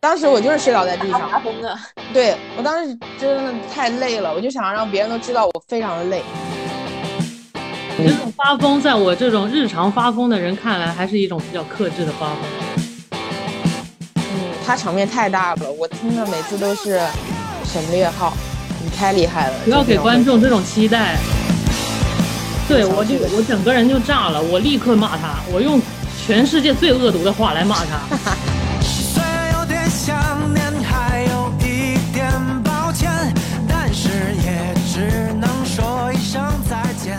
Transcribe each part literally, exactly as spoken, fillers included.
当时我就是睡倒在地上， 发疯的。 对，我当时真的太累了，我就想让别人都知道我非常的累。 这种发疯，在我这种日常发疯的人看来，还是一种比较克制的发疯。 嗯，他场面太大了，我听的每次都是省略号，你太厉害了。 不要给观众这种期待。对，我就我整个人就炸了，我立刻骂他，我用全世界最恶毒的话来骂他。 虽然有点想念，还有一点抱歉，但是也只能说一声再见。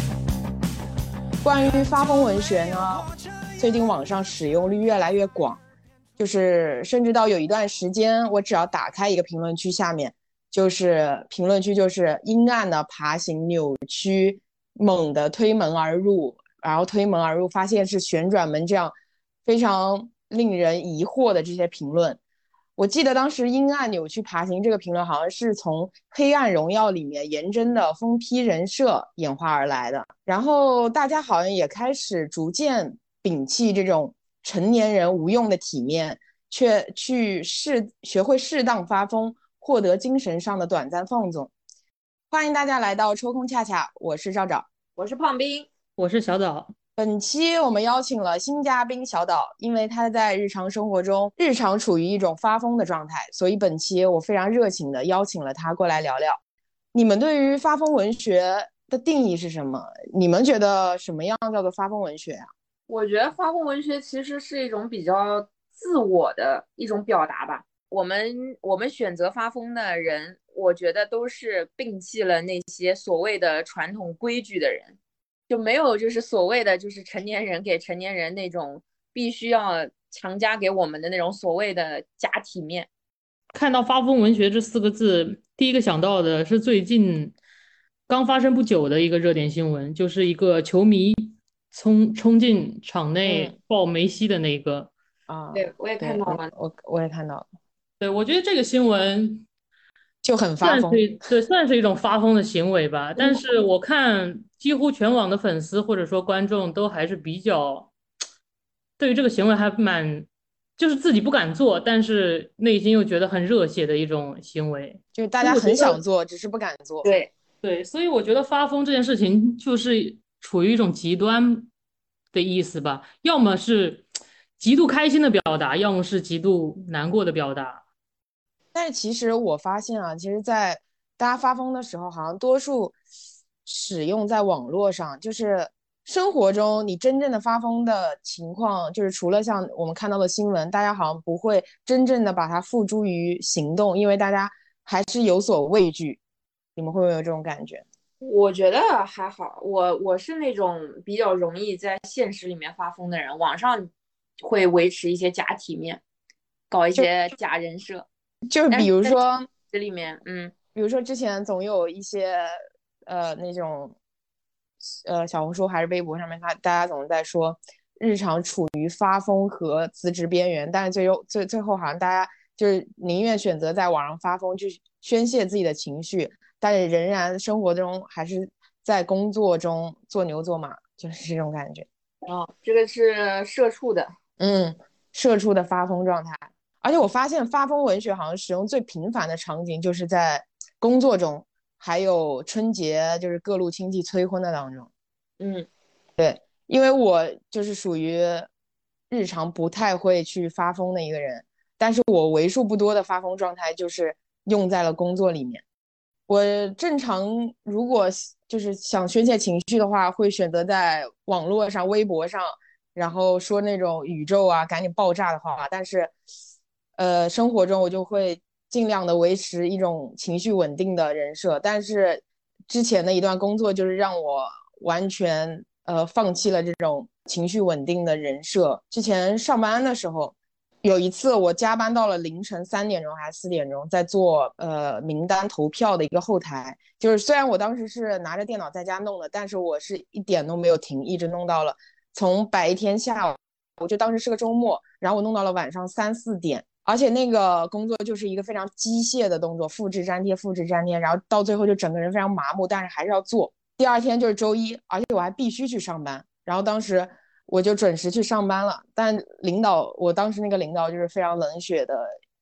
关于发疯文学呢，最近网上使用率越来越广，就是甚至到有一段时间，我只要打开一个评论区，下面就是评论区就是阴暗的爬行扭曲，猛地推门而入，然后推门而入发现是旋转门，这样非常令人疑惑的这些评论。我记得当时阴暗扭曲爬行这个评论好像是从黑暗荣耀里面颜真的疯批人设演化而来的，然后大家好像也开始逐渐摒弃这种成年人无用的体面，却去适学会适当发疯，获得精神上的短暂放纵。欢迎大家来到抽空恰恰，我是赵赵， 我是胖冰， 我是小岛。 本期我们邀请了新嘉宾小岛，因为他在日常生活中日常处于一种发疯的状态，所以本期我非常热情的邀请了他过来聊聊。你们对于发疯文学的定义是什么？你们觉得什么样叫做发疯文学啊？ 我觉得发疯文学其实是一种比较自我的一种表达吧。我们我们选择发疯的人，我觉得都是摒弃了那些所谓的传统规矩的人。就没有就是所谓的就是成年人给成年人那种必须要强加给我们的那种所谓的假体面。 看到发疯文学这四个字，第一个想到的是最近刚发生不久的一个热点新闻，就是一个球迷冲冲进场内抱梅西的那个。 啊、 对，我也看到了。 我我也看到了。 对，我觉得这个新闻就很发疯， 算是对，算是一种发疯的行为吧。但是我看几乎全网的粉丝或者说观众都还是比较对于这个行为还蛮，就是自己不敢做，但是内心又觉得很热血的一种行为。 就是大家很想做，只是不敢做。 对对，所以我觉得发疯这件事情就是处于一种极端的意思吧，要么是极度开心的表达，要么是极度难过的表达。 但是其实我发现啊，其实，在大家发疯的时候，好像多数使用在网络上，就是生活中你真正的发疯的情况，就是除了像我们看到的新闻，大家好像不会真正的把它付诸于行动，因为大家还是有所畏惧。你们会不会有这种感觉？ 我觉得还好，我我是那种比较容易在现实里面发疯的人，网上会维持一些假体面，搞一些假人设。 就比如说这里面，嗯， 比如说之前总有一些呃那种呃小红书还是微博上面，他大家总是在说日常处于发疯和辞职边缘，但是最后最最后好像大家就是宁愿选择在网上发疯去宣泄自己的情绪，但是仍然生活中还是在工作中做牛做马，就是这种感觉。 哦，这个是社畜的， 嗯，社畜的发疯状态。而且我发现发疯文学好像使用最频繁的场景就是在工作中，还有春节就是各路亲戚催婚的当中。 嗯， 对，因为我就是属于日常不太会去发疯的一个人，但是我为数不多的发疯状态就是用在了工作里面。我正常如果就是想宣泄情绪的话，会选择在网络上、微博上，然后说那种宇宙啊赶紧爆炸的话，但是呃，生活中我就会尽量的维持一种情绪稳定的人设，但是之前的一段工作就是让我完全呃放弃了这种情绪稳定的人设。之前上班的时候，有一次我加班到了凌晨三点钟还是四点钟，在做呃名单投票的一个后台。就是虽然我当时是拿着电脑在家弄的，但是我是一点都没有停，一直弄到了从白天下午，我就当时是个周末，然后我弄到了晚上三四点。而且那个工作就是一个非常机械的动作，复制粘贴，复制粘贴，然后到最后就整个人非常麻木，但是还是要做。第二天就是周一，而且我还必须去上班，然后当时我就准时去上班了，但领导，我当时那个领导就是非常冷血的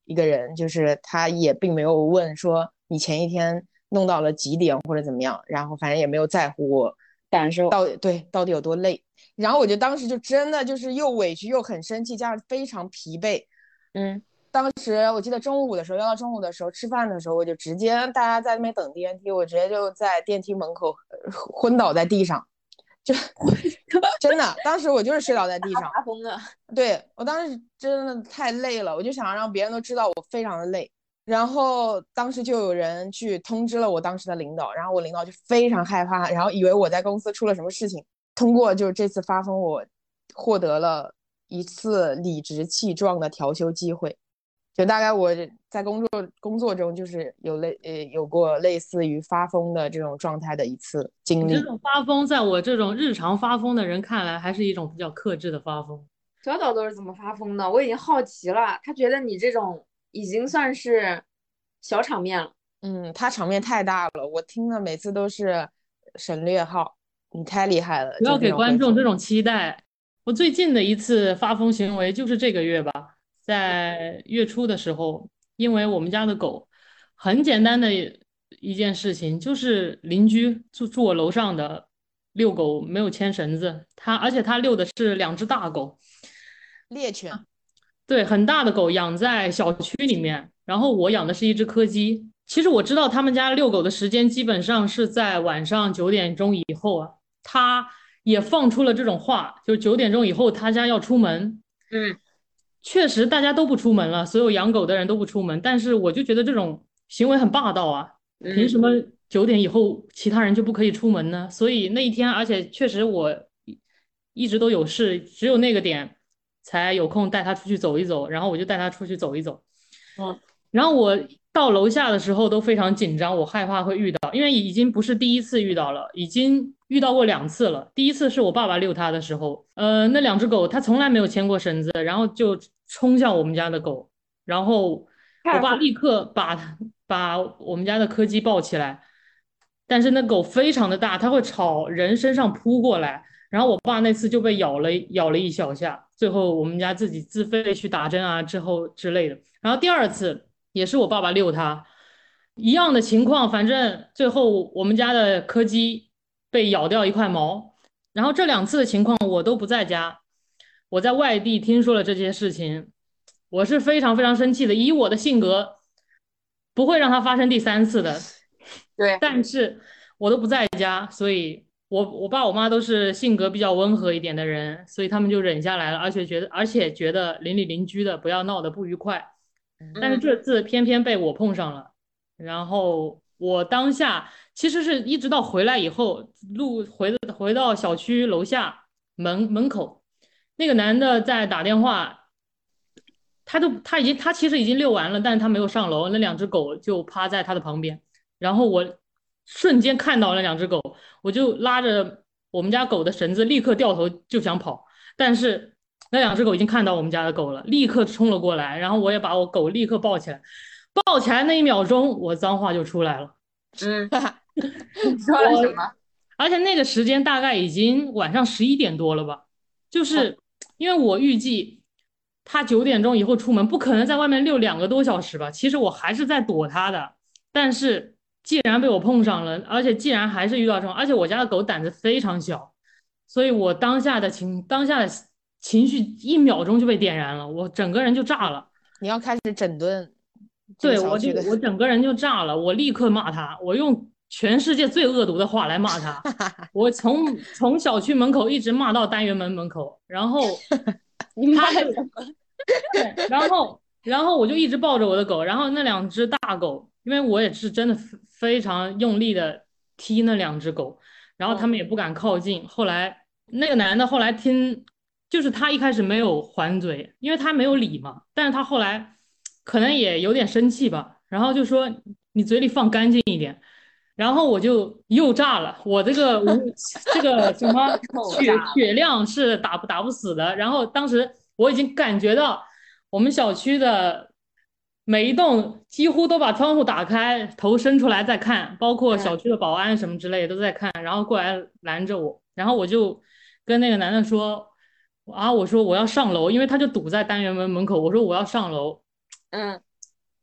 一个人，就是他也并没有问说你前一天弄到了几点或者怎么样，然后反正也没有在乎我感受到底对到底有多累。然后我就当时就真的就是又委屈又很生气，加上非常疲惫。 嗯， 当时我记得中午的时候，要到中午的时候吃饭的时候，我就直接大家在那边等电梯，我直接就在电梯门口昏倒在地上，就真的，当时我就是睡倒在地上。 发疯了。 对，我当时真的太累了，我就想让别人都知道我非常的累。然后当时就有人去通知了我当时的领导，然后我领导就非常害怕，然后以为我在公司出了什么事情。通过就是这次发疯，我获得了一次理直气壮的调休机会。就大概我在工作工作中就是有类呃有过类似于发疯的这种状态的一次经历。 这种发疯，在我这种日常发疯的人看来，还是一种比较克制的发疯。 小岛都是怎么发疯的？我已经好奇了。他觉得你这种已经算是小场面了。 嗯，他场面太大了，我听的每次都是省略号，你太厉害了。 不要给观众这种种期待。我最近的一次发疯行为就是这个月吧，在月初的时候，因为我们家的狗，很简单的一件事情，就是邻居住住我楼上的遛狗没有牵绳子，他而且他遛的是两只大狗， 猎犬。 对，很大的狗养在小区里面，然后我养的是一只柯基。其实我知道他们家遛狗的时间基本上是在晚上九点钟以后啊，他也放出了这种话，就九点钟以后他家要出门。 嗯， 确实大家都不出门了，所有养狗的人都不出门，但是我就觉得这种行为很霸道啊，凭什么九点以后其他人就不可以出门呢？所以那一天，而且确实我一直都有事，只有那个点才有空带他出去走一走，然后我就带他出去走一走。 嗯， 然后我到楼下的时候都非常紧张，我害怕会遇到，因为已经不是第一次遇到了，已经遇到过两次了。第一次是我爸爸遛它的时候，呃，那两只狗它从来没有牵过绳子，然后就冲向我们家的狗，然后我爸立刻把把我们家的柯基抱起来，但是那狗非常的大，它会朝人身上扑过来，然后我爸那次就被咬了咬了一小下，最后我们家自己自费去打针啊之后之类的。然后第二次也是我爸爸遛它，一样的情况，反正最后我们家的柯基被咬掉一块毛。然后这两次的情况我都不在家，我在外地听说了这些事情，我是非常非常生气的。以我的性格，不会让它发生第三次的。 对， 但是我都不在家，所以我我爸我妈都是性格比较温和一点的人，所以他们就忍下来了，而且觉得而且觉得邻里邻居的不要闹得不愉快。但是这次偏偏被我碰上了，然后我当下其实是一直到回来以后，路回回到小区楼下门门口，那个男的在打电话，他就他已经他其实已经遛完了，但是他没有上楼，那两只狗就趴在他的旁边，然后我瞬间看到那两只狗，我就拉着我们家狗的绳子，立刻掉头就想跑，但是那两只狗已经看到我们家的狗了，立刻冲了过来，然后我也把我狗立刻抱起来，抱起来那一秒钟，我脏话就出来了。 嗯，你说了什么？ 而且那个时间大概已经晚上十一点多了吧，就是因为我预计他九点钟以后出门，不可能在外面遛两个多小时吧。其实我还是在躲他的，但是既然被我碰上了，而且既然还是遇到这种，而且我家的狗胆子非常小，所以我当下的情当下的情绪一秒钟就被点燃了，我整个人就炸了。 你要开始整顿。 对，我就我整个人就炸了，我立刻骂他，我用全世界最恶毒的话来骂他，我从从小区门口一直骂到单元门门口，然后他就对，然后然后我就一直抱着我的狗，然后那两只大狗，因为我也是真的非常用力的踢那两只狗，然后他们也不敢靠近。后来那个男的后来听，就是他一开始没有还嘴，因为他没有理嘛，但是他后来可能也有点生气吧，然后就说你嘴里放干净一点。然后我就又炸了，我这个这个什么血血量是打不打不死的。然后当时我已经感觉到我们小区的每一栋几乎都把窗户打开，头伸出来在看，包括小区的保安什么之类的都在看，然后过来拦着我，然后我就跟那个男的说啊，我说我要上楼，因为他就堵在单元门门口，我说我要上楼， 嗯，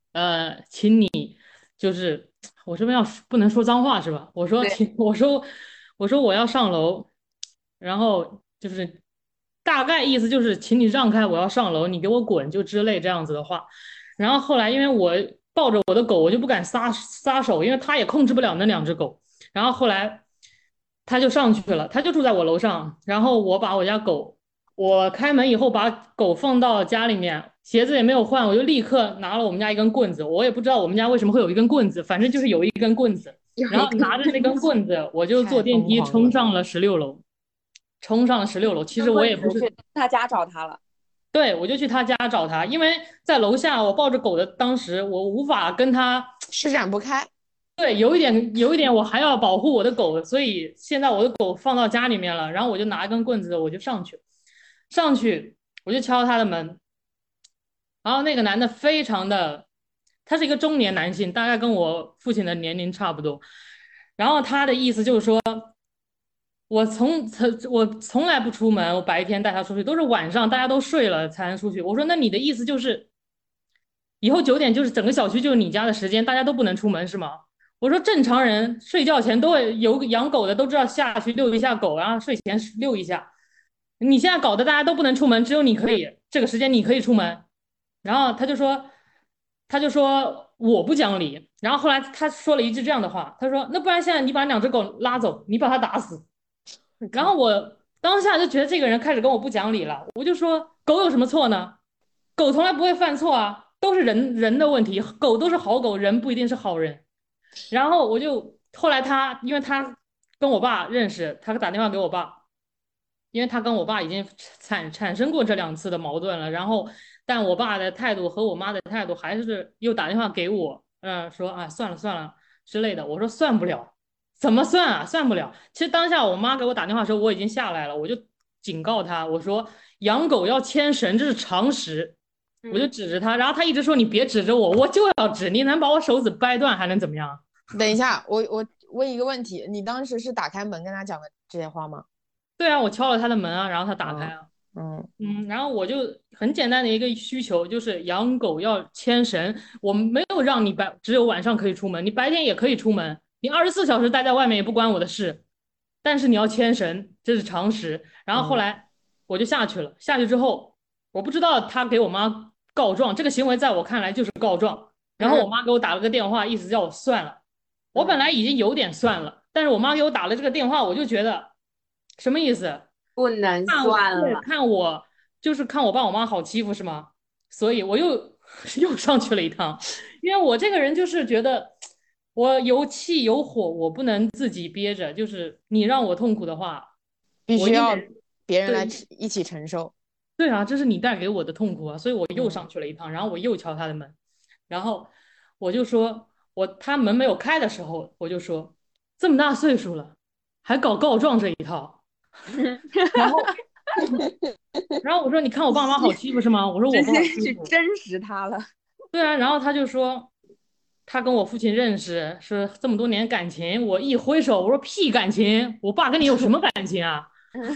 呃，请你就是我这边要不能说脏话是吧？我说对， 请我说我说我要上楼，然后就是大概意思就是请你让开，我要上楼，你给我滚就之类这样子的话。然后后来因为我抱着我的狗，我就不敢撒撒手，因为他也控制不了那两只狗。然后后来他就上去了，他就住在我楼上，然后我把我家狗。我开门以后把狗放到家里面，鞋子也没有换，我就立刻拿了我们家一根棍子。我也不知道我们家为什么会有一根棍子，反正就是有一根棍子。然后有一个拿着那根棍子，我就坐太电梯疯狂了。 冲上了十六楼，冲上了十六楼。其实跟我也不是， 棍子去他家找他了。 对，我就去他家找他，因为在楼下我抱着狗的当时，我无法跟他， 施展不开。 对，有一点有一点我还要保护我的狗，所以现在我的狗放到家里面了，然后我就拿一根棍子我就上去，上去我就敲他的门，然后那个男的非常的，他是一个中年男性，大概跟我父亲的年龄差不多。然后他的意思就是说，我从从我从来不出门，我白天带他出去都是晚上大家都睡了才能出去。我说那你的意思就是以后九点就是整个小区就是你家的时间，大家都不能出门是吗？我说正常人睡觉前都会有养狗的都知道下去遛一下狗，然后睡前遛一下。你现在搞得大家都不能出门，只有你可以这个时间你可以出门。然后他就说，他就说我不讲理。然后后来他说了一句这样的话，他说那不然现在你把两只狗拉走，你把它打死。然后我当下就觉得这个人开始跟我不讲理了，我就说狗有什么错呢？狗从来不会犯错啊，都是人人的问题，狗都是好狗，人不一定是好人。然后我就后来他，因为他跟我爸认识，他打电话给我爸，因为他跟我爸已经产产生过这两次的矛盾了。然后，但我爸的态度和我妈的态度还是又打电话给我，嗯，说啊算了算了之类的。我说算不了，怎么算啊？算不了。其实当下我妈给我打电话的时候，我已经下来了，我就警告他，我说养狗要牵绳，这是常识。我就嗯， 指着他，然后他一直说你别指着我，我就要指，你能把我手指掰断还能怎么样？ 等一下，我我问一个问题，你当时是打开门跟他讲的这些话吗？ 对啊，我敲了他的门啊，然后他打开嗯啊。 嗯嗯，然后我就很简单的一个需求，就是养狗要牵绳。我们没有让你白，只有晚上可以出门，你白天也可以出门，你二十四小时待在外面也不关我的事。但是你要牵绳，这是常识。然后后嗯来我就下去了，下去之后，我不知道他给我妈告状，这个行为在我看来就是告状。然后我嗯妈给我打了个电话，意思叫我算了。我本嗯， 来已经有点算了，但是我妈给我打了这个电话，我就觉得什么意思？ 不能看对， 算了。 看我就是看我爸我妈好欺负是吗？所以我又又上去了一趟，因为我这个人就是觉得我有气有火，我不能自己憋着，就是你让我痛苦的话， 必须要我一忍。 别人来对一起承受。 对啊，这是你带给我的痛苦啊，所以我又嗯上去了一趟，然后我又敲他的门，然后我就说，我他门没有开的时候，我就说这么大岁数了，还搞告状这一套。然后然后我说你看我爸妈好欺负是吗？我说我直不好接欺负。 去真实他了。 对啊，然后他就说他跟我父亲认识是这么多年感情，我一挥手我说屁感情，我爸跟你有什么感情啊？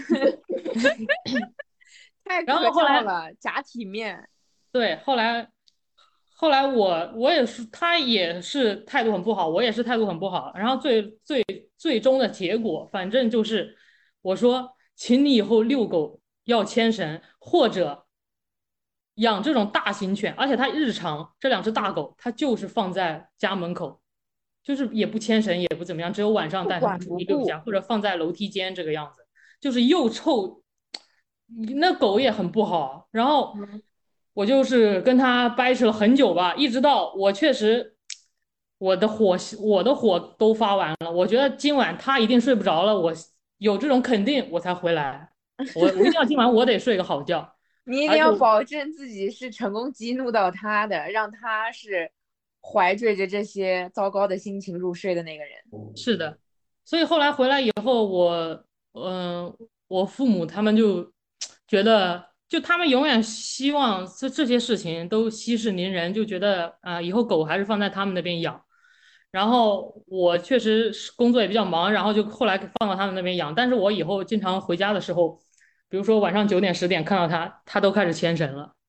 太可然后后来笑了，假体面。 对，后来后来我我也是，他也是态度很不好，我也是态度很不好。然后最最最终的结果，反正就是我说，请你以后遛狗要牵绳，或者养这种大型犬，而且它日常这两只大狗，它就是放在家门口，就是也不牵绳，也不怎么样，只有晚上带它们不管不顾。 出去遛一下，或者放在楼梯间这个样子，就是又臭，那狗也很不好。然后嗯， 我就是跟他掰扯了很久吧，一直到我确实我的火我的火都发完了，我觉得今晚他一定睡不着了，我有这种肯定我才回来，我我一定要今晚我得睡个好觉。 你一定而且要保证自己是成功激怒到他的，让他是怀揣着这些糟糕的心情入睡的那个人。 是的，所以后来回来以后，我嗯、呃我父母他们就觉得，就他们永远希望这这些事情都息事宁人，就觉得啊、呃以后狗还是放在他们那边养。然后我确实是工作也比较忙，然后就后来放到他们那边养。但是我以后经常回家的时候，比如说晚上九点十点看到它，它都开始牵绳了。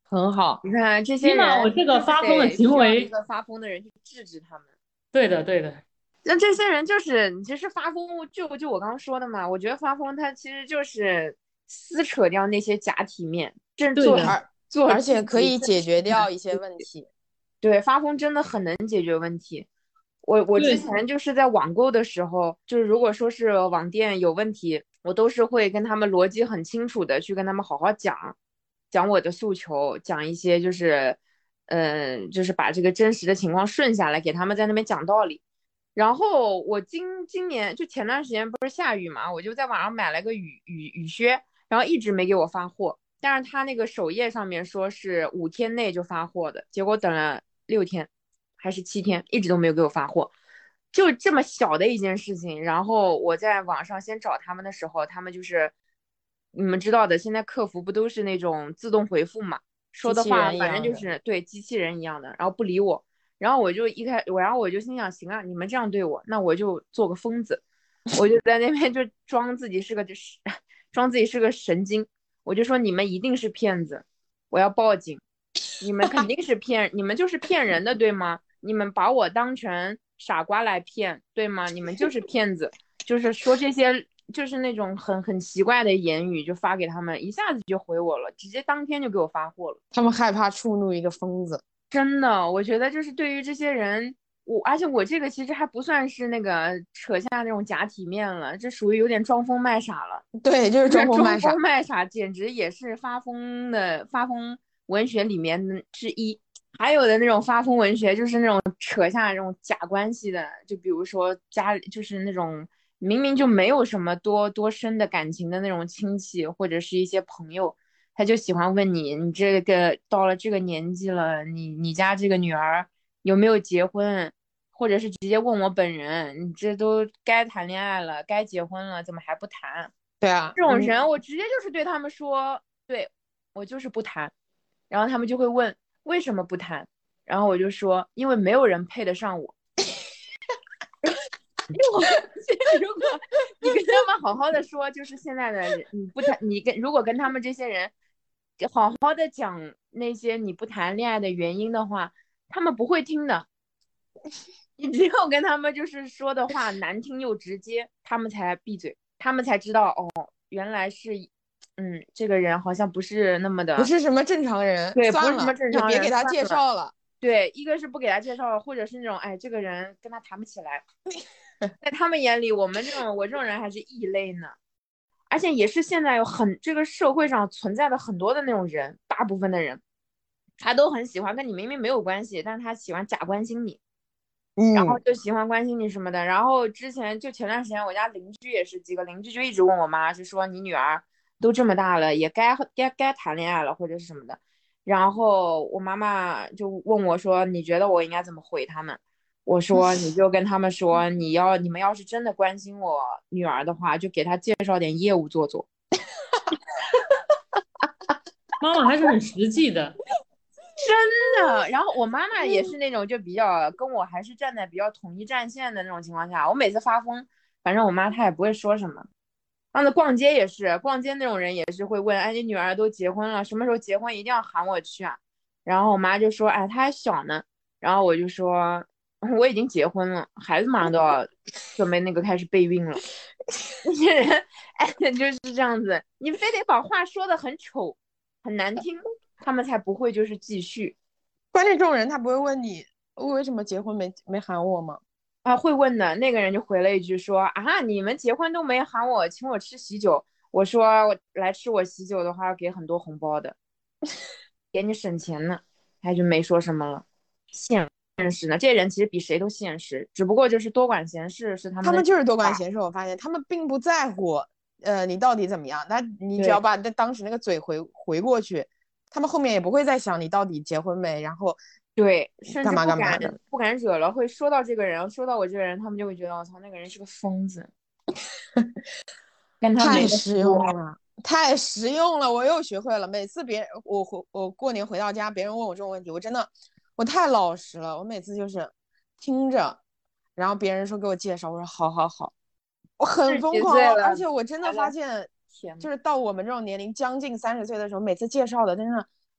很好。 你看这些起码我人， 这个就是发疯的得需要一行为， 个发疯的人去制止他们。 对的对的， 那这些人就是其实发疯，就就我刚刚说的嘛，我觉得发疯他其实就是撕扯掉那些假体面，真做对的， 而做而且自己真可以解决实的掉一些自己。 问题。 对，发疯真的很能解决问题。我我之对， 前就是在网购的时候，就是如果说是网店有问题，我都是会跟他们逻辑很清楚的去跟他们好好讲，讲我的诉求，讲一些就是，嗯、就是把这个真实的情况顺下来，给他们在那边讲道理。然后我今今年就前段时间不是下雨嘛，我就在网上买了个雨雨雨靴，然后一直没给我发货，但是他那个首页上面说是五天内就发货的，结果等了六天还是七天，一直都没有给我发货。就这么小的一件事情，然后我在网上先找他们的时候，他们就是你们知道的，现在客服不都是那种自动回复嘛，说的机器话反正就人一样的。 是对机器人一样的，然后不理我。然后我就一开我，然后我就心想，行啊，你们这样对我，那我就做个疯子，我就在那边就装自己是个就是装自己是个神经，我就说你们一定是骗子，我要报警，你们肯定是骗，你们就是骗人的，对吗？你们把我当成傻瓜来骗，对吗？你们就是骗子，就是说这些就是那种很很奇怪的言语就发给他们，一下子就回我了，直接当天就给我发货了。 他们害怕触怒一个疯子。 真的，我觉得就是对于这些人，我而且我这个其实还不算是那个扯下那种假体面了，这属于有点装疯卖傻了。 对，就是装疯卖傻。 装疯卖傻简直也是发疯的发疯文学里面之一。还有的那种发疯文学，就是那种扯下这种假关系的，就比如说家里就是那种明明就没有什么多多深的感情的那种亲戚或者是一些朋友。他就喜欢问你，你这个到了这个年纪了，你你家这个女儿有没有结婚，或者是直接问我本人，你这都该谈恋爱了，该结婚了，怎么还不谈？ 对啊， 这种嗯人我直接就是对他们说，对，我就是不谈，然后他们就会问为什么不谈，然后我就说因为没有人配得上我。因为我如果你跟他们好好的说，就是现在的人，你不谈，你跟如果跟他们这些人好好的讲那些你不谈恋爱的原因的话，他们不会听的。你只有跟他们就是说的话难听又直接，他们才闭嘴，他们才知道哦，原来是，嗯，这个人好像不是那么的， 不是什么正常人， 对，不算了， 是什么正常人， 也别给他介绍了。 对，一个是不给他介绍，或者是那种哎，这个人跟他谈不起来。在他们眼里，我们这种我这种人还是异类呢。而且也是现在有很这个社会上存在的很多的那种人，大部分的人，他都很喜欢跟你明明没有关系，但是他喜欢假关心你，然后嗯， 就喜欢关心你什么的。然后之前就前段时间，我家邻居也是几个邻居就一直问我妈，就说你女儿都这么大了，也该该该谈恋爱了或者是什么的。然后我妈妈就问我说，你觉得我应该怎么回他们？我说你就跟他们说，你要你们要是真的关心我女儿的话，就给她介绍点业务做做。 妈妈还是很实际的。 真的。然后我妈妈也是那种就比较跟我还是站在比较统一战线的那种情况下，我每次发疯，反正我妈她也不会说什么。然后逛街也是，逛街那种人也是会问，哎，你女儿都结婚了，什么时候结婚？一定要喊我去啊。然后我妈就说，哎，她还小呢。然后我就说，我已经结婚了，孩子马上都要准备那个开始备孕了。那些人，哎，就是这样子，你非得把话说的很丑、很难听，他们才不会就是继续。 关键这种人他不会问你为什么结婚没没喊我吗？ 啊，会问的。那个人就回了一句说，啊，你们结婚都没喊我，请我吃喜酒。我说我来吃我喜酒的话，要给很多红包的，给你省钱呢。他就没说什么了。现实呢，这些人其实比谁都现实，只不过就是多管闲事是他们的。 他们就是多管闲事，我发现他们并不在乎，呃，你到底怎么样？那你只要把那当时那个嘴回回过去，他们后面也不会再想你到底结婚没，然后对，甚至干嘛不敢干嘛的。 不敢惹了，会说到这个人，说到我这个人，他们就会觉得我操，那个人是个疯子。跟他没太得实用说。 了，太实用了，我又学会了。每次别人我回我过年回到家，别人问我这种问题，我真的我太老实了。我每次就是听着，然后别人说给我介绍，我说好好好，我很疯狂哦。而且我真的发现，就是到我们这种年龄将近三十岁的时候，每次介绍的真的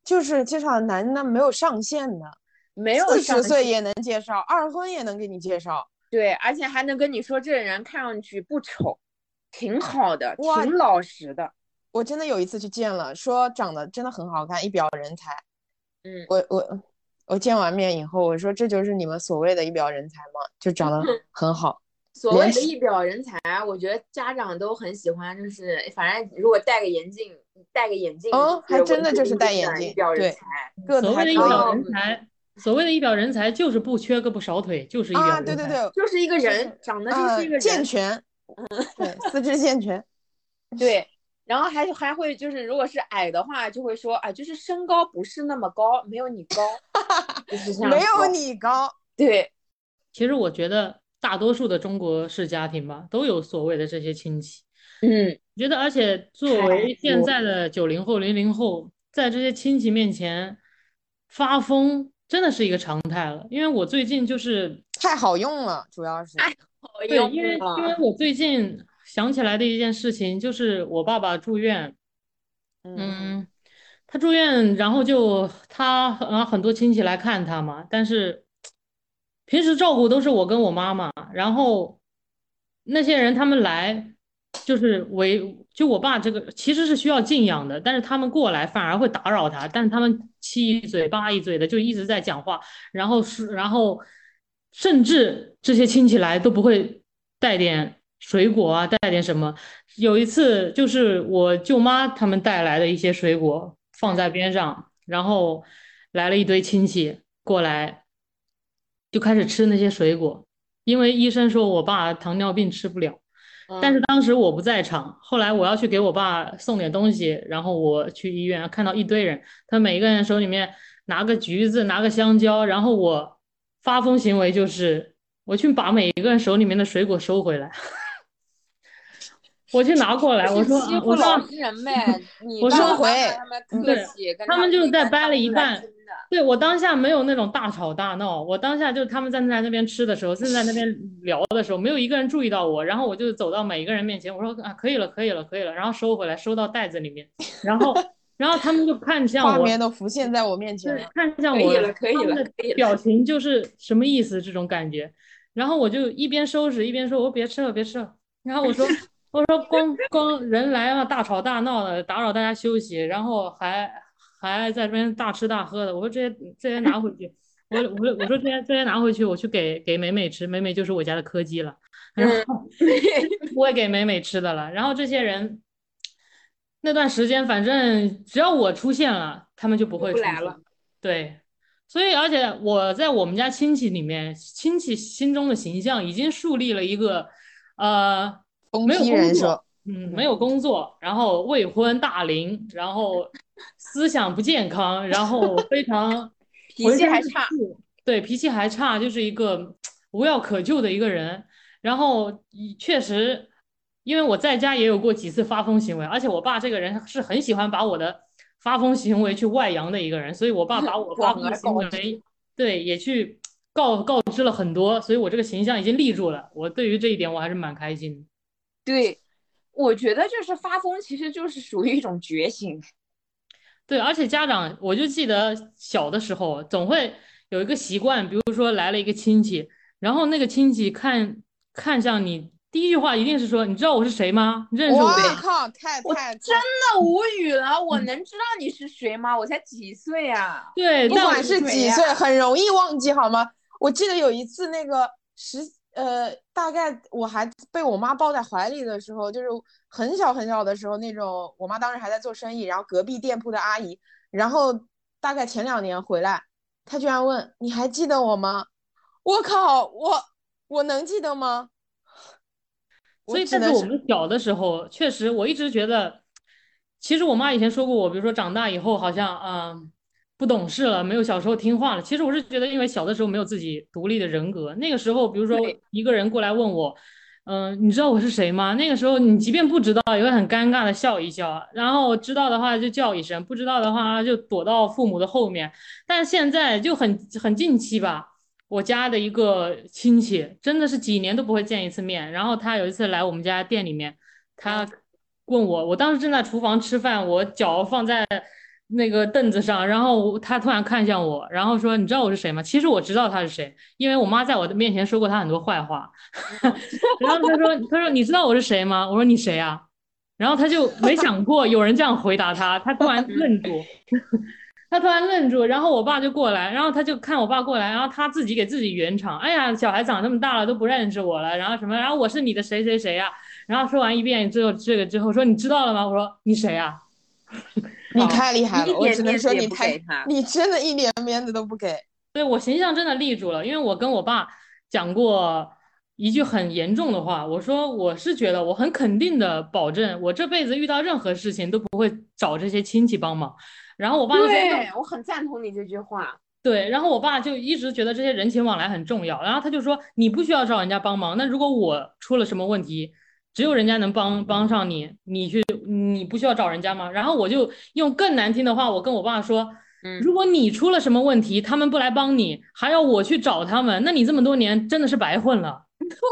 就是介绍男的没有上限的， 没有四上限十岁也能介绍，二婚也能给你介绍。 对，而且还能跟你说这人看上去不丑，挺好的， 哇挺老实的。 我真的有一次去见了，说长得真的很好看，一表人才。 嗯， 我我我见完面以后，我说这就是你们所谓的一表人才吗？就长得很好。 所谓的连一表人才，我觉得家长都很喜欢，就是反正如果戴个眼镜，戴个眼镜， 嗯，还真的就是戴戴眼镜， 一表人对， 才。 个子所谓还可以的一表哦人才，所谓的一表人才就是不缺胳膊少腿，就是一表啊， 人才。 对对对， 就是一个就是人，长得就是呃一个人， 健全，对，四肢健全。 对，然后还还会就是，如果是矮的话，就会说啊，就是身高不是那么高，没有你高，就是这样没有说。 你高。 对， 其实我觉得大多数的中国式家庭吧，都有所谓的这些亲戚。 嗯， 我觉得，而且作为现在的九零后、零零后，在这些亲戚面前发疯，真的是一个常态了。因为我最近就是太好用了，主要是。 哎，好对， 用因为因为了。 我最近想起来的一件事情，就是我爸爸住院， 嗯， 嗯，他住院，然后就他然后很多亲戚来看他嘛，但是平时照顾都是我跟我妈妈，然后那些人他们来就是为就我爸这个其实是需要静养的，但是他们过来反而会打扰他，但是他们七一嘴八一嘴的就一直在讲话，然后是然后甚至这些亲戚来都不会带点水果啊，带点什么。有一次就是我舅妈他们带来的一些水果放在边上，然后来了一堆亲戚过来，就开始吃那些水果，因为医生说我爸糖尿病吃不了。但是嗯， 当时我不在场，后来我要去给我爸送点东西，然后我去医院看到一堆人，他每一个人手里面拿个橘子，拿个香蕉，然后我发疯行为就是我去把每一个人手里面的水果收回来。我去拿过来，我说， 是欺啊我说， 负老实人呗。你我说爸爸妈妈回他们嗯客对， 气，跟他们就是在掰了一半。 真的。 对，我当下没有那种大吵大闹，我当下就是他们站在那边吃的时候，正在那边聊的时候，没有一个人注意到我，然后我就走到每一个人面前，我说啊，可以了，可以了，可以了，然后收回来，收到袋子里面，然后，然后他们就看向我， 画面都浮现在我面前对， 了。 看向我， 可以了，可以了， 他们的可以了。 表情就是什么意思这种感觉，然后我就一边收拾一边说，我说别吃了，别吃了，然后我说。我说光光人来了，大吵大闹的，打扰大家休息，然后还还在这边大吃大喝的。我说这些这些拿回去，我我说我说这些这些拿回去，我去给给美美吃，美美就是我家的柯基了，然后不会给美美吃的了。然后这些人那段时间，反正只要我出现了，他们就不会出现。 不来了。 对，所以而且我在我们家亲戚里面，亲戚心中的形象已经树立了一个呃。没有疯批人设。 工作，嗯，没有工作，然后未婚大龄，然后思想不健康，然后非常脾气还差， 对，脾气还差，就是一个无药可救的一个人。然后确实，因为我在家也有过几次发疯行为，而且我爸这个人是很喜欢把我的发疯行为去外扬的一个人，所以我爸把我发疯的行为，对，也去告告知了很多，所以我这个形象已经立住了。我对于这一点我还是蛮开心的。 对，我觉得就是发疯，其实就是属于一种觉醒。 对，而且家长，我就记得小的时候总会有一个习惯，比如说来了一个亲戚，然后那个亲戚看看向你，第一句话一定是说：“你知道我是谁吗？认识我？” 哇靠，太我太真的无语了，我能知道你是谁吗？我才几岁啊！ 对， 不管是几岁，很容易忘记好吗？我记得有一次那个十。呃，大概我还被我妈抱在怀里的时候，就是很小很小的时候那种，我妈当时还在做生意，然后隔壁店铺的阿姨，然后大概前两年回来，她居然问你还记得我吗？我靠，我我能记得吗？ 所以，但是我们小的时候，确实我一直觉得，其实我妈以前说过我，比如说长大以后好像嗯。呃不懂事了，没有小时候听话了。其实我是觉得，因为小的时候没有自己独立的人格。那个时候，比如说一个人过来问我，嗯、呃，你知道我是谁吗？那个时候你即便不知道，也会很尴尬的笑一笑，然后知道的话就叫一声，不知道的话就躲到父母的后面。但现在就很很近期吧，我家的一个亲戚真的是几年都不会见一次面，然后他有一次来我们家店里面，他问我，我当时正在厨房吃饭，我脚放在那个凳子上，然后他突然看向我，然后说：“你知道我是谁吗？”其实我知道他是谁，因为我妈在我的面前说过他很多坏话。然后他说：“他说你知道我是谁吗？”我说：“你谁啊？”然后他就没想过有人这样回答他，他突然愣住。他突然愣住，然后我爸就过来，然后他就看我爸过来，然后他自己给自己圆场，哎呀，小孩长这么大了都不认识我了，然后什么，然后我是你的谁谁谁呀、然后说完一遍之后，这个之后说你知道了吗？我说你谁呀、 你太厉害了， 一点我只能面子也不说你太给他， 你真的一点面子都不给。 对，我形象真的立住了，因为我跟我爸讲过一句很严重的话，我说我是觉得我很肯定的保证，我这辈子遇到任何事情都不会找这些亲戚帮忙。然后我爸就说， 对，我很赞同你这句话。 对，然后我爸就一直觉得这些人情往来很重要，然后他就说你不需要找人家帮忙，那如果我出了什么问题，只有人家能帮帮上你，你去你不需要找人家吗？然后我就用更难听的话，我跟我爸说， 嗯， 如果你出了什么问题，他们不来帮你，还要我去找他们，那你这么多年真的是白混了。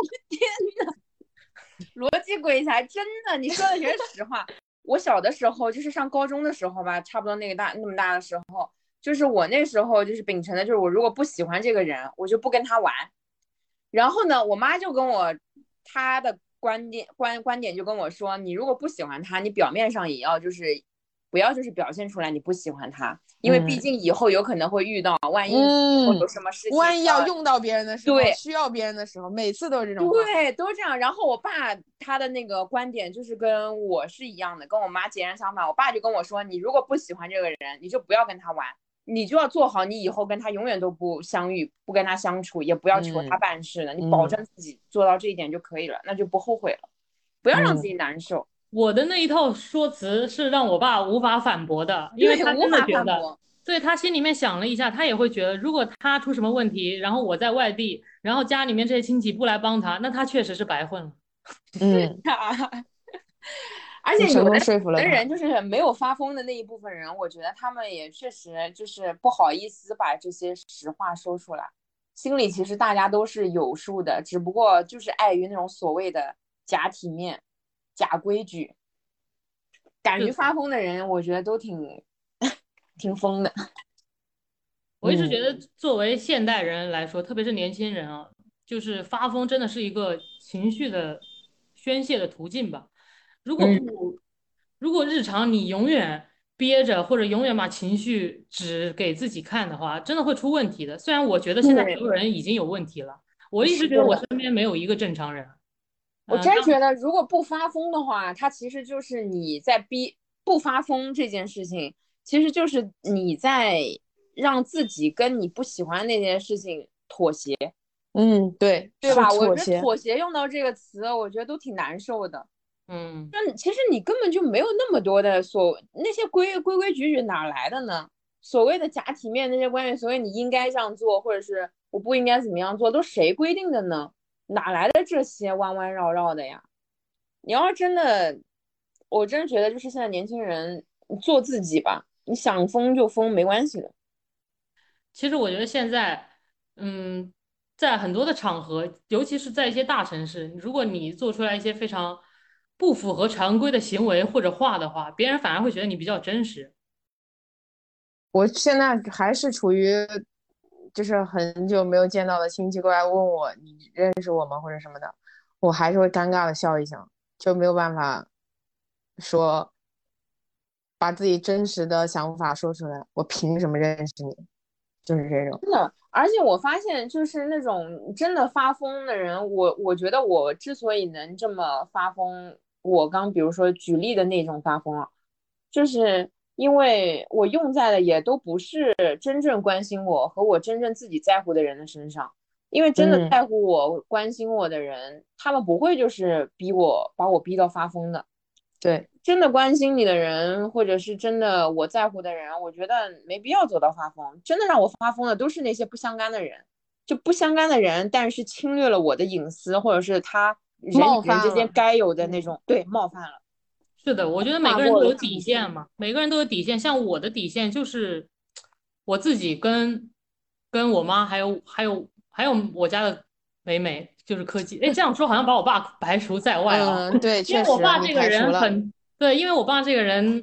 逻辑鬼才，真的，你说的全是实话。我小的时候，就是上高中的时候吧，差不多那个大那么大的时候，就是我那时候就是秉承的，就是我如果不喜欢这个人，我就不跟他玩。然后呢，我妈就跟我她的观点观观点就跟我说，你如果不喜欢他，你表面上也要就是不要就是表现出来你不喜欢他，因为毕嗯竟以后有可能会遇到，万一以后嗯有，什么事情， 万一要呃用到别人的时候， 对需要别人的时候，每次都是这种话。 对，都这样。然后我爸他的那个观点就是跟我是一样的，跟我妈截然相反。我爸就跟我说，你如果不喜欢这个人，你就不要跟他玩，你就要做好你以后跟他永远都不相遇，不跟他相处，也不要求他嗯办事的，你保嗯证自己做到这一点就可以了，那就不后悔了，不要让自嗯己难受。 我的那一套说辞是让我爸无法反驳的，因为对， 他无法真的觉得， 反驳。 对，他心里面想了一下，他也会觉得，如果他出什么问题，然后我在外地，然后家里面这些亲戚不来帮他，那他确实是白混了。 嗯， 而且你成功有的说服了他。 的人就是没有发疯的那一部分人，我觉得他们也确实就是不好意思把这些实话说出来，心里其实大家都是有数的，只不过就是碍于那种所谓的假体面、假规矩，敢于是的发疯的人，我觉得都挺挺疯的。 我一直嗯觉得，作为现代人来说，特别是年轻人啊，就是发疯真的是一个情绪的宣泄的途径吧。如果嗯不，如果日常你永远憋着，或者永远把情绪只给自己看的话，真的会出问题的。虽然我觉得现在所对， 有人已经有问题了，我一直是觉得我的。 身边没有一个正常人。 我嗯、当真觉得，如果不发疯的话，它其实就是你在逼不发疯这件事情，其实就是你在让自己跟你不喜欢那件事情妥协， 嗯，对，是对吧？我觉得妥协。 妥协用到这个词，我觉得都挺难受的。 嗯， 就其实你根本就没有那么多的所那些规规规矩矩哪来的呢？所谓的假体面那些观念，所谓你应该这样做，或者是我不应该怎么样做，都谁规定的呢？哪来的这些弯弯绕绕的呀？你要是真的，我真觉得就是现在年轻人做自己吧，你想疯就疯，没关系的。 其实我觉得现在，嗯，在很多的场合，尤其是在一些大城市，如果你做出来一些非常不符合常规的行为或者话的话，别人反而会觉得你比较真实。 我现在还是处于，就是很久没有见到的亲戚过来问我你认识我吗或者什么的，我还是会尴尬的笑一笑，就没有办法说把自己真实的想法说出来。我凭什么认识你？就是这种。 真的，而且我发现，就是那种真的发疯的人，我我觉得我之所以能这么发疯，我刚比如说举例的那种发疯啊，就是因为我用在的也都不是真正关心我和我真正自己在乎的人的身上，因为真的嗯在乎我、关心我的人，他们不会就是逼我把我逼到发疯的。 对， 真的关心你的人，或者是真的我在乎的人，我觉得没必要走到发疯。真的让我发疯的都是那些不相干的人，就不相干的人，但是侵略了我的隐私，或者是他人冒与人之犯了。 间该有的那嗯种，对，冒犯了， 是的，我觉得每跨过了个人都有底底线。 线嘛，每个人都有底线。像我的底线就是我自己跟跟我妈，还有还有还有我家的美美，就是柯基。哎，这样说好像把我爸排除在外啊。 嗯，对， 因为确实你我爸这个排除了。 人很，对，因为我爸这个人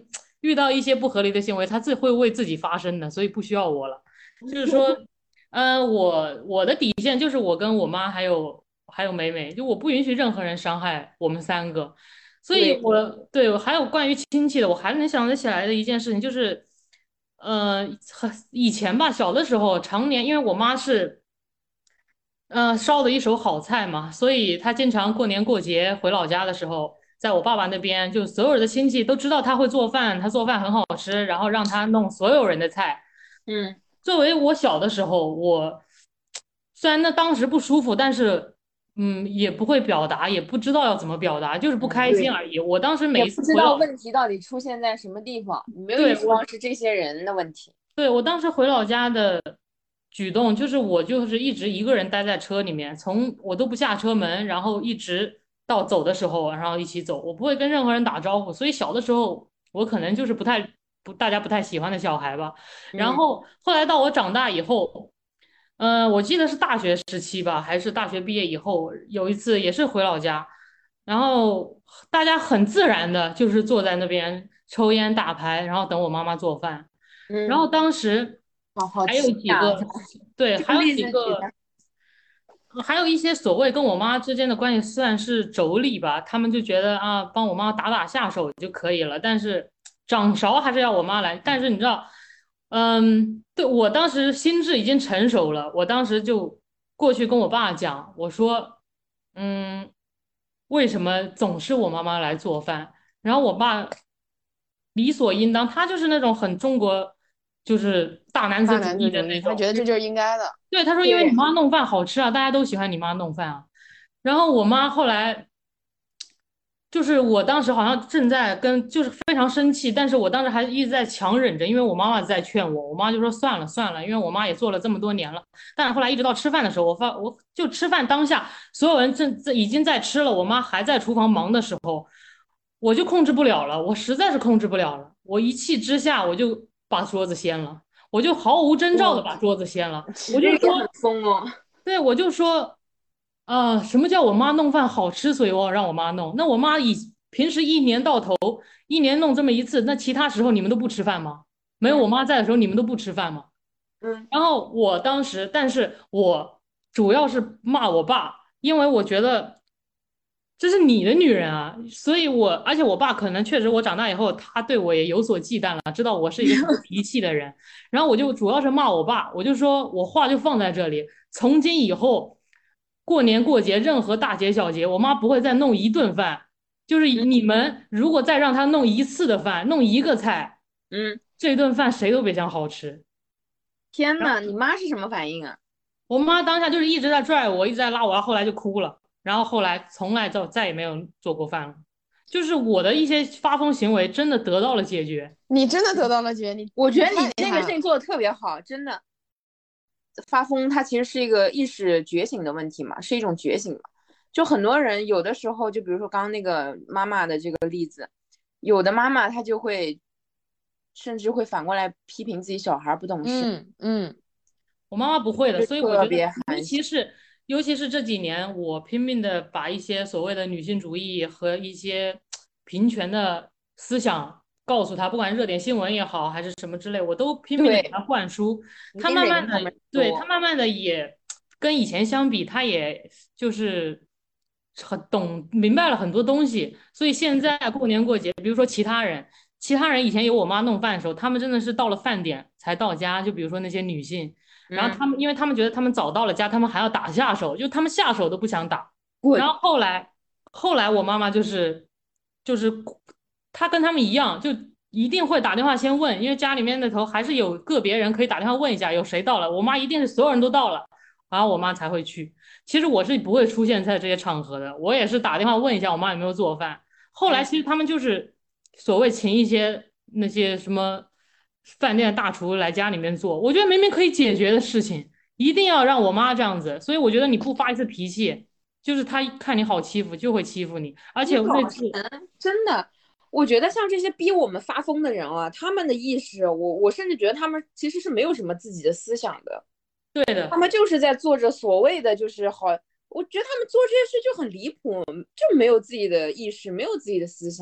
遇到一些不合理的行为，他自会为自己发声的，所以不需要我了。就是说，呃，我我的底线就是我跟我妈还有还有美美，就我不允许任何人伤害我们三个。所以对， 我对我还有关于亲戚的，我还能想得起来的一件事情就是，呃，很以前吧，小的时候常年因为我妈是。呃，烧的一手好菜嘛，所以她经常过年过节回老家的时候，在我爸爸那边，就所有的亲戚都知道她会做饭，她做饭很好吃，然后让她弄所有人的菜。 嗯， 作为我小的时候，我虽然那当时不舒服，但是嗯，也不会表达，也不知道要怎么表达，就是不开心对， 而已。我当时每一也不知次回老， 道问题到底出现在什么地方，你没有意对，我识到是这些人的问题。 对，我当时回老家的举动，就是我就是一直一个人待在车里面，从我都不下车门，然后一直到走的时候，然后一起走，我不会跟任何人打招呼。所以小的时候，我可能就是不太不大家不太喜欢的小孩吧。然嗯后后来到我长大以后，呃，我记得是大学时期吧，还是大学毕业以后，有一次也是回老家，然后大家很自然的就是坐在那边抽烟打牌，然后等我妈妈做饭。然嗯， 后当时好好还有奇呀， 几个，对， 这个还有例子举几个， 的， 还有一些所谓跟我妈之间的关系算是妯娌吧，他们就觉得啊，帮我妈打打下手就可以了，但是掌勺还是要我妈来。但是你知道，嗯，对，我当时心智已经成熟了，我当时就过去跟我爸讲，我说，嗯，为什么总是我妈妈来做饭？然后我爸理所应当，他就是那种很中国，就是大男子大主义男子主义，他的那种。 觉得这就是应该的。 对，他说因为你对， 妈弄饭好吃啊，大家都喜欢你妈弄饭啊。然后我妈后来，就是我当时好像正在跟，就是非常生气，但是我当时还一直在强忍着，因为我妈妈在劝我，我妈就说算了算了，因为我妈也做了这么多年了。但是后来一直到吃饭的时候，我发我就吃饭当下，所有人正在已经在吃了，我妈还在厨房忙的时候，我就控制不了了，我实在是控制不了了，我一气之下我就把桌子掀了，我就毫无征兆的哇， 把桌子掀了， 你这我就说。 个也很疯哦。 对，我就说，啊、什么叫我妈弄饭好吃，所以我让我妈弄。那我妈以平时一年到头一年弄这么一次，那其他时候你们都不吃饭吗？没有我嗯妈在的时候，你们都不吃饭吗？ 嗯， 然后我当时，但是我主要是骂我爸，因为我觉得这是你的女人啊，所以我，而且我爸可能确实我长大以后，他对我也有所忌惮了，知道我是一个什么脾气的人，然后我就主要是骂我爸，我就说我话就放在这里，从今以后，过年过节任何大节小节，我妈不会再弄一顿饭，就是你们如果再让她弄一次的饭，弄一个菜， 嗯， 这顿饭谁都别想好吃。然后天呐，你妈是什么反应啊？ 我妈当下就是一直在拽我，一直在拉我，然后后来就哭了，然后后来从来就再也没有做过饭了。就是我的一些发疯行为真的得到了解决。 你真的得到了解，你我觉得太你这厉害了。 个事情做的特别好，真的。发疯它其实是一个意识觉醒的问题嘛，是一种觉醒嘛。就很多人有的时候，就比如说刚刚那个妈妈的这个例子，有的妈妈她就会甚至会反过来批评自己小孩不懂事， 嗯嗯， 我妈妈不会的， 就所以我觉得， 特别尤寒心。 其是尤其是这几年，我拼命的把一些所谓的女性主义和一些平权的思想告诉她，不管热点新闻也好，还是什么之类，我都拼命的给她对， 灌输。 一定她慢慢得跟他们的，对，她说。 慢慢的也跟以前相比，她也就是很懂明白了很多东西。所以现在过年过节，比如说其他人。其他人以前有我妈弄饭的时候，他们真的是到了饭点才到家，就比如说那些女性，然后嗯， 他们，因为他们觉得他们早到了家，他们还要打下手，就他们下手都不想打。然滚。 后后来，后来我妈妈就是，就是她跟他们一样，就一定会打电话先问，因为家里面那头还是有个别人可以打电话问一下有谁到了。我妈一定是所有人都到了，然后我妈才会去。其实我是不会出现在这些场合的，我也是打电话问一下我妈有没有做饭。后来其实他们就是所谓请一些那些什么饭店大厨来家里面做，我觉得明明可以解决的事情，一定要让我妈这样子。所以我觉得你不发一次脾气，就是他看你好欺负就会欺负你。而且你老那次， 人真的，我觉得像这些逼我们发疯的人啊，他们的意识，我我甚至觉得他们其实是没有什么自己的思想的， 对的， 他们就是在做着所谓的就是好，我觉得他们做这些事就很离谱，就没有自己的意识，没有自己的思想。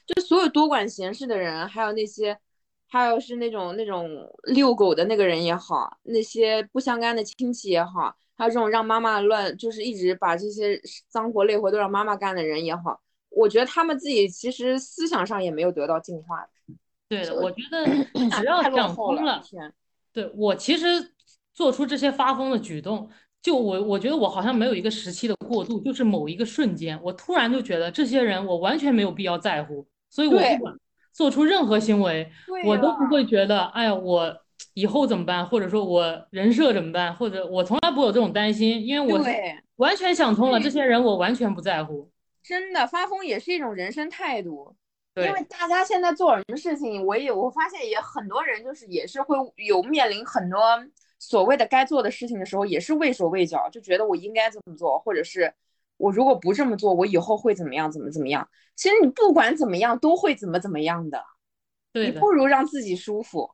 就所有多管闲事的人，还有那些，还有是那种那种遛狗的那个人也好，那些不相干的亲戚也好，还有这种让妈妈乱，就是一直把这些脏活累活都让妈妈干的人也好，我觉得他们自己其实思想上也没有得到进化的。 对的，我觉得只要太落想后了， 通了， 天！ 对，我其实做出这些发疯的举动，就我我觉得我好像没有一个时期的过渡，就是某一个瞬间，我突然就觉得这些人我完全没有必要在乎，所以我不对管做出任何行为， 对我都不了， 会觉得，哎呀，我以后怎么办，或者说我人设怎么办，或者我从来不会有这种担心，因为我是对， 完全想通了，这嗯， 些人我完全不在乎。 真的发疯也是一种人生态度。因为对， 大家现在做什么事情，我也我发现也很多人就是也是会有面临很多所谓的该做的事情的时候，也是畏手畏脚，就觉得我应该这么做，或者是我如果不这么做，我以后会怎么样，怎么怎么样。其实你不管怎么样，都会怎么怎么样的，你对的， 不如让自己舒服。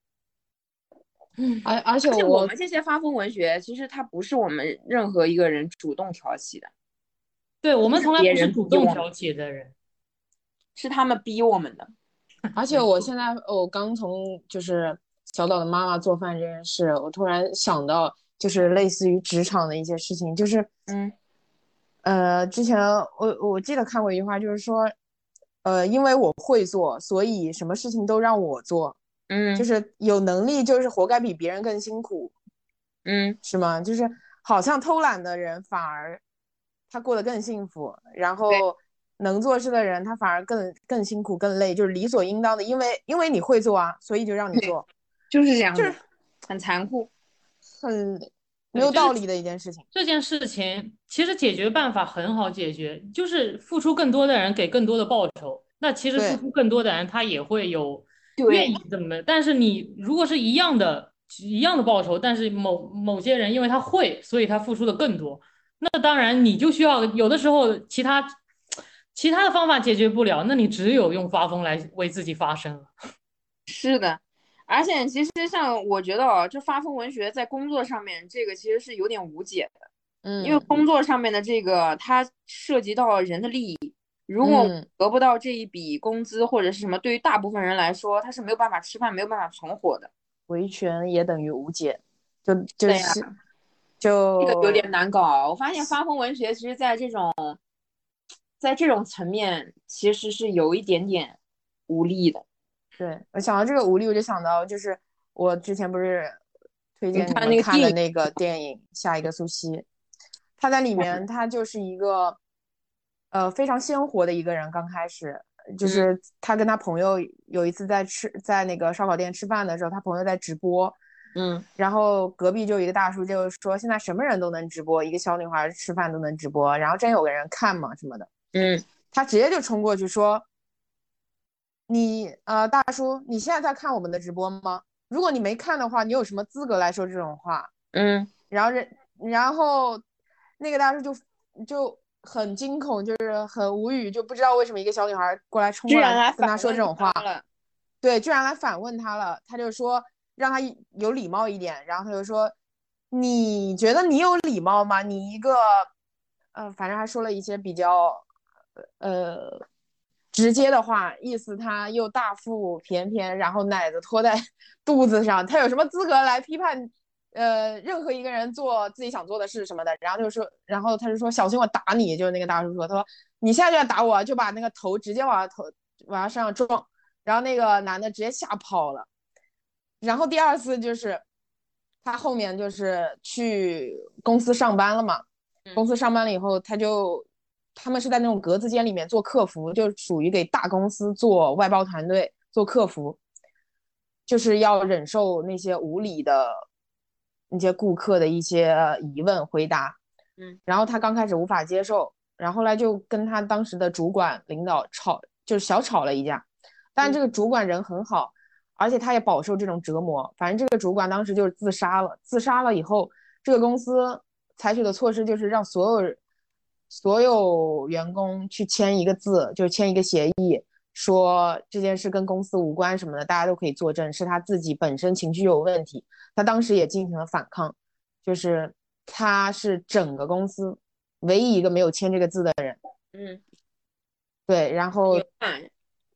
嗯， 而而且而且我我们这些发疯文学，其实它不是我们任何一个人主动挑起的， 对，我们是别从来不是人逼我们， 主动挑起的人。 是他们逼我们的。 而且没错。 我现在我刚从就是小岛的妈妈做饭这件事，我突然想到就是类似于职场的一些事情，就是嗯呃之前我我记得看过一句话，就是说呃因为我会做，所以什么事情都让我做，就嗯是有能力就是活该比别人更辛苦， 嗯， 是吗？就是好像偷懒的人反而他过得更幸福，然对， 后能做事的人他反而更更辛苦更累，就是理所应当的，因为因为你会做啊，所以就让你做， 就是这样就是子，很残酷。 很没对，这个有道理的一件事情。 这件事情其实解决办法很好解决，就是付出更多的人给更多的报酬。那其实付对出更多的人，他也会有愿对， 意这么。但是你如果是一样的一样的报酬，但是某某些人因为他会，所以他付出的更多。那当然你就需要有的时候其他其他的方法解决不了，那你只有用发疯来为自己发声了。 是的。而且其实像我觉得哦，就发疯文学在工作上面，这个其实是有点无解的，因为嗯工作上面的这个它涉及到人的利益，如果嗯， 得不到这一笔工资或者是什么，对于大部分人来说，他是没有办法吃饭，没有办法存活的。 维权也等于无解，就就对呀， 是这个有就点难搞。我发现发疯文学其实在这种在这种层面其实是有一点点无力的。 对，我想到这个无力，我就想到就是我之前不是推你荐你们看那个电影， 看的那个电影《下一个苏西》，他在里面他就是一个呃非常鲜活的一个人，刚开始就嗯是他跟他朋友有一次在吃在那个烧烤店吃饭的时候，他朋友在直播， 嗯然后隔壁就有一个大叔就说现在什么人都能直播，一个小女孩吃饭都能直播，然后真有个人看嘛什么的， 嗯他直接就冲过去说。你呃，大叔，你现在在看我们的直播吗？如果你没看的话，你有什么资格来说这种话？ 嗯， 然后人，然后那个大叔就就很惊恐，就是很无语，就不知道为什么一个小女孩过来冲过来居然来跟他反问说这种话， 他了。 对，居然来反问他了。他就说让他有礼貌一点，然后他就说，你觉得你有礼貌吗？你一个呃，反正还说了一些比较呃直接的话，意思他又大腹便便，然后奶子托在肚子上，他有什么资格来批判呃任何一个人做自己想做的事什么的？然后就说，然后他就说小心我打你，就是那个大叔说，他说你现在就要打我，就把那个头直接往他头往他身上撞，然后那个男的直接吓跑了。然后第二次就是他后面就是去公司上班了嘛，公司上班了以后，他就他们是在那种格子间里面做客服，就属于给大公司做外包团队做客服，就是要忍受那些无理的那些顾客的一些疑问回答。 嗯， 然后他刚开始无法接受，然后后来就跟他当时的主管领导吵，就是小吵了一架。但这个主管人很好，而且他也饱受这种折磨。反正这个主管当时就是自杀了，自杀了以后，这个公司采取的措施就是让所有所有员工去签一个字，就是签一个协议，说这件事跟公司无关什么的，大家都可以作证，是他自己本身情绪有问题。他当时也进行了反抗，就是他是整个公司唯一一个没有签这个字的人。 嗯， 对，然后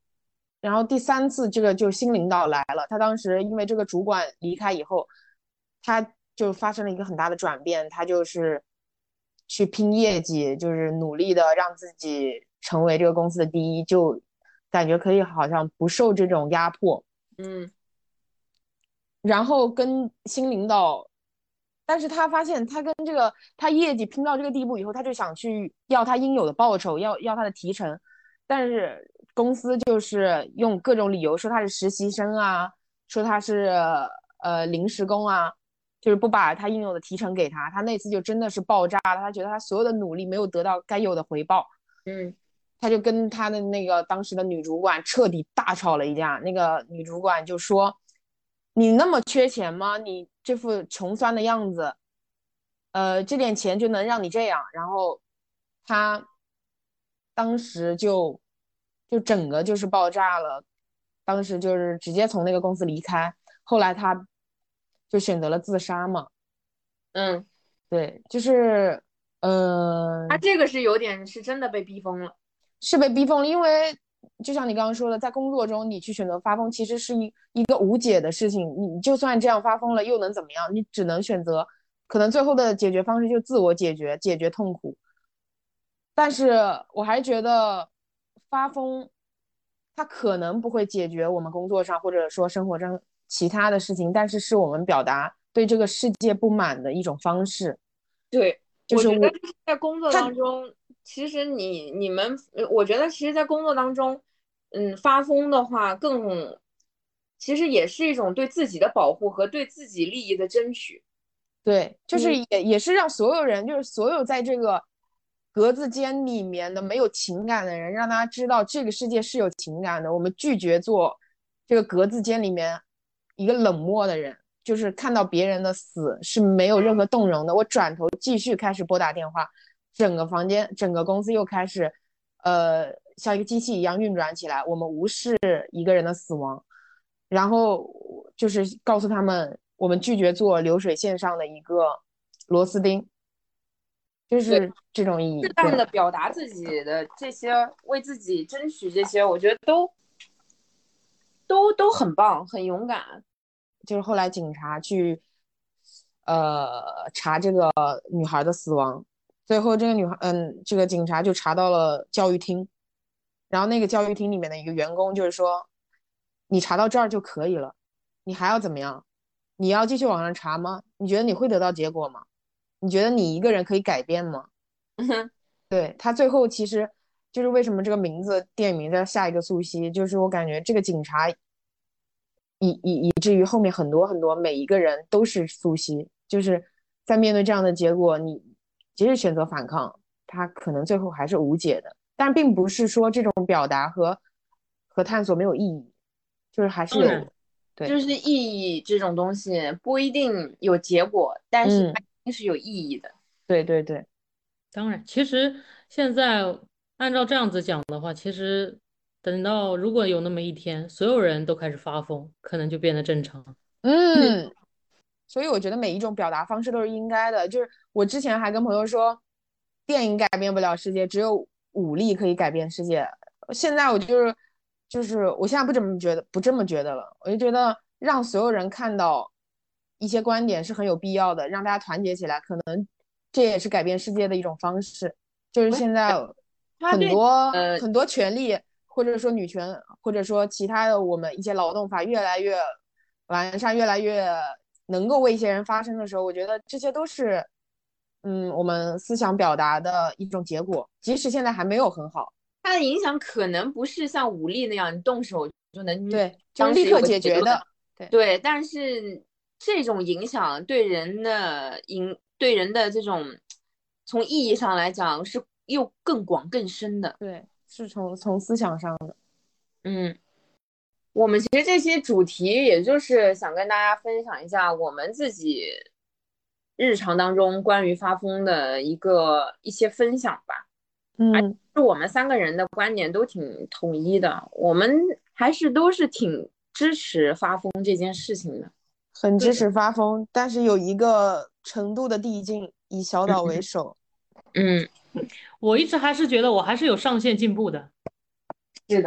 然后第三次这个就新领导来了，他当时因为这个主管离开以后，他就发生了一个很大的转变，他就是去拼业绩，就是努力的让自己成为这个公司的第一，就感觉可以好像不受这种压迫。 嗯然后跟新领导，但是他发现他跟这个他业绩拼到这个地步以后，他就想去要他应有的报酬，要要他的提成，但是公司就是用各种理由说他是实习生啊，说他是呃临时工啊，就是不把他应有的提成给他。他那次就真的是爆炸了，他觉得他所有的努力没有得到该有的回报， 嗯他就跟他的那个当时的女主管彻底大吵了一架。那个女主管就说：“你那么缺钱吗？你这副穷酸的样子，呃，这点钱就能让你这样？”然后他当时就就整个就是爆炸了，当时就是直接从那个公司离开。后来他就选择了自杀嘛。 嗯， 对，就是嗯、呃他这个是有点是真的被逼疯了。 是被逼疯了，因为就像你刚刚说的，在工作中你去选择发疯，其实是一一个无解的事情。你就算这样发疯了，又能怎么样？你只能选择，可能最后的解决方式就自我解决，解决痛苦。但是我还觉得发疯，它可能不会解决我们工作上或者说生活中其他的事情，但是是我们表达对这个世界不满的一种方式。 对， 就是我， 我觉得就是在工作他当中，其实你你们，呃我觉得其实，在工作当中，嗯，发疯的话更，其实也是一种对自己的保护和对自己利益的争取。 对，就是嗯， 也也是让所有人，就是所有在这个格子间里面的没有情感的人，让大家知道这个世界是有情感的。我们拒绝做这个格子间里面一个冷漠的人，就是看到别人的死是没有任何动容的。我转头继续开始拨打电话，整个房间、整个公司又开始，呃，像一个机器一样运转起来。我们无视一个人的死亡，然后就是告诉他们，我们拒绝做流水线上的一个螺丝钉，就对， 是这种意义。对， 适当的表达自己的这些，为自己争取这些，我觉得都都都很棒，很勇敢。 就是后来警察去呃查这个女孩的死亡，最后这个女孩，嗯，这个警察就查到了教育厅，然后那个教育厅里面的一个员工就是说，你查到这儿就可以了，你还要怎么样？你要继续往上查吗？你觉得你会得到结果吗？你觉得你一个人可以改变吗？对，他最后其实就是为什么这个名字电影名叫下一个素汐，就是我感觉这个警察以以以至于后面很多很多每一个人都是素汐，就是在面对这样的结果，你即使选择反抗，他可能最后还是无解的。但并不是说这种表达和和探索没有意义，就是还是当然， 有。对， 就是意义这种东西不一定有结果，但是它嗯， 一定是有意义的。 对对对， 当然，其实现在按照这样子讲的话，其实等到如果有那么一天，所有人都开始发疯，可能就变得正常。 嗯，所以我觉得每一种表达方式都是应该的。就是我之前还跟朋友说，电影改变不了世界，只有武力可以改变世界。现在我就是就是我现在不这么觉得，不这么觉得了。我就觉得让所有人看到一些观点是很有必要的，让大家团结起来，可能这也是改变世界的一种方式。就是现在很他对呃多很多权利，或者说女权，或者说其他的我们一些劳动法越来越完善，越来越能够为一些人发声的时候，我觉得这些都是嗯我们思想表达的一种结果，即使现在还没有很好。 它的影响可能不是像武力那样，你动手就能对，就当时有立刻个结论。 解决的。对， 对，但是这种影响对人的影对人的这种从意义上来讲是又更广更深的。 对，是从从思想上的。 嗯，我们其实这些主题也就是想跟大家分享一下我们自己日常当中关于发疯的一个一些分享吧。 嗯， 是我们三个人的观点都挺统一的，我们还是都是挺支持发疯这件事情的。 很支持发疯，但是有一个程度的递进，以小岛为首。 嗯， 我一直还是觉得我还是有上限进步的。 是的，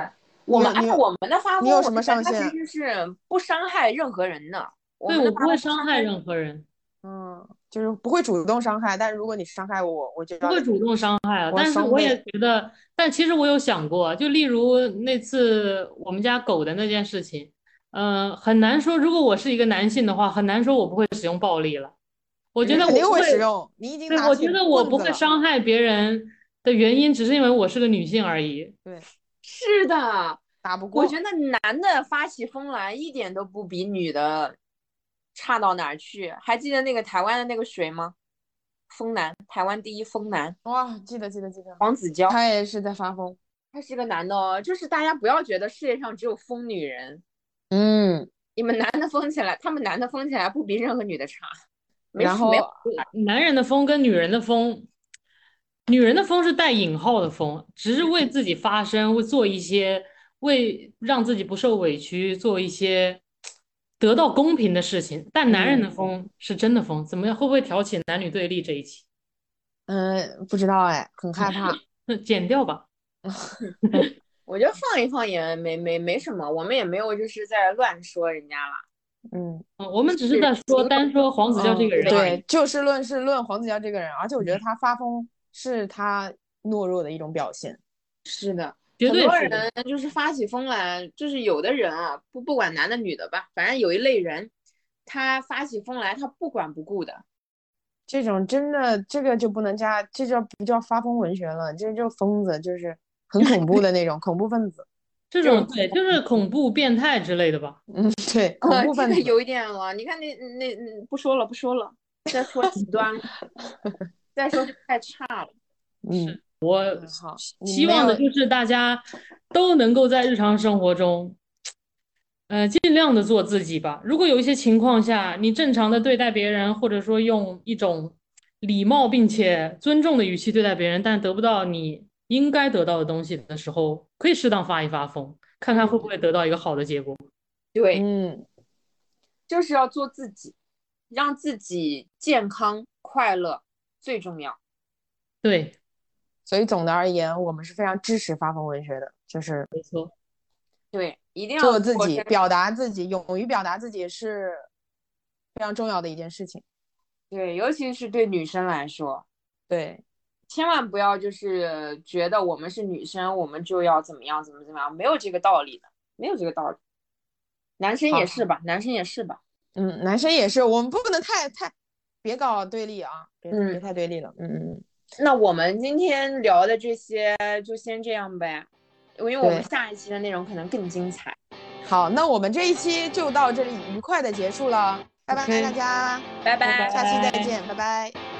我们你有按我们的发疯， 你有什么我觉得它上限其实是不伤害任何人的。我对， 们的发我不会伤害疯不伤害任何人， 嗯，就是不会主动伤害，但是如果你伤害我，我就要不会主动伤害啊。 我但是我也双倍。 觉得，但其实我有想过，就例如那次我们家狗的那件事情，嗯、很难说，如果我是一个男性的话，很难说我不会使用暴力了。我觉你肯定会得我不会， 使用，你已经对， 拿起我觉得我不会棍子了。 伤害别人的原因，只是因为我是个女性而已。 对， 是的， 打不过。 我觉得男的发起疯来一点都不比女的差到哪儿去。还记得那个台湾的那个谁吗？疯男，台湾第一疯男哇，记得记得记得， 黄子佼， 他也是在发疯。 他是个男的哦。就是大家不要觉得世界上只有疯女人， 嗯， 你们男的疯起来，他们男的疯起来不比任何女的差。没然后没有男人的疯跟女人的疯，女人的疯是带引号的疯，只是为自己发声，为做一些，为让自己不受委屈，做一些得到公平的事情。但男人的疯是真的疯，怎么样？会不会挑起男女对立这一期？ 嗯，不知道哎，很害怕。 那剪掉吧。 我觉得放一放也没没没什么，我们也没有就是在乱说人家啦。 嗯， 嗯，我们只是在说单说黄子佼这个人而已。 对，就事论事，论黄子佼这个人，而且我觉得他发疯是他懦弱的一种表现。 是的， 绝对很多是的人就是发起疯来，就是有的人啊，不不管男的女的吧，反正有一类人，他发起疯来，他不管不顾的。 这种真的，这个就不能加，这叫不叫发疯文学了？这就疯子，就是很恐怖的那种恐怖分子。 这种对，就是恐怖、变态之类的吧。 嗯，对，恐怖分子。 这个有一点了，你看那那那不说了不说了，再说极端了，再说就太差了。 嗯， 我好， 希望的就是大家都能够在日常生活中，呃，尽量的做自己吧。如果有一些情况下，你正常的对待别人，或者说用一种礼貌并且尊重的语气对待别人，但得不到你应该得到的东西的时候，可以适当发一发疯，看看会不会得到一个好的结果。 对， 嗯， 就是要做自己，让自己健康快乐最重要。 对， 所以总的而言，我们是非常支持发疯文学的，就是没错。 对，一定要做自己，表达自己，勇于表达自己是非常重要的一件事情。 对，尤其是对女生来说， 对， 千万不要就是觉得我们是女生，我们就要怎么样怎么怎么样，没有这个道理的，没有这个道理。男生也是吧，男生也是吧。 嗯，男生也是，我们不能太太别搞对立啊，别、 嗯、 别太对立了。嗯嗯嗯。 那我们今天聊的这些就先这样呗，因为我们下一期的内容可能更精彩。 好，那我们这一期就到这里愉快的结束了，拜拜大家， 拜拜， 下期再见，拜拜。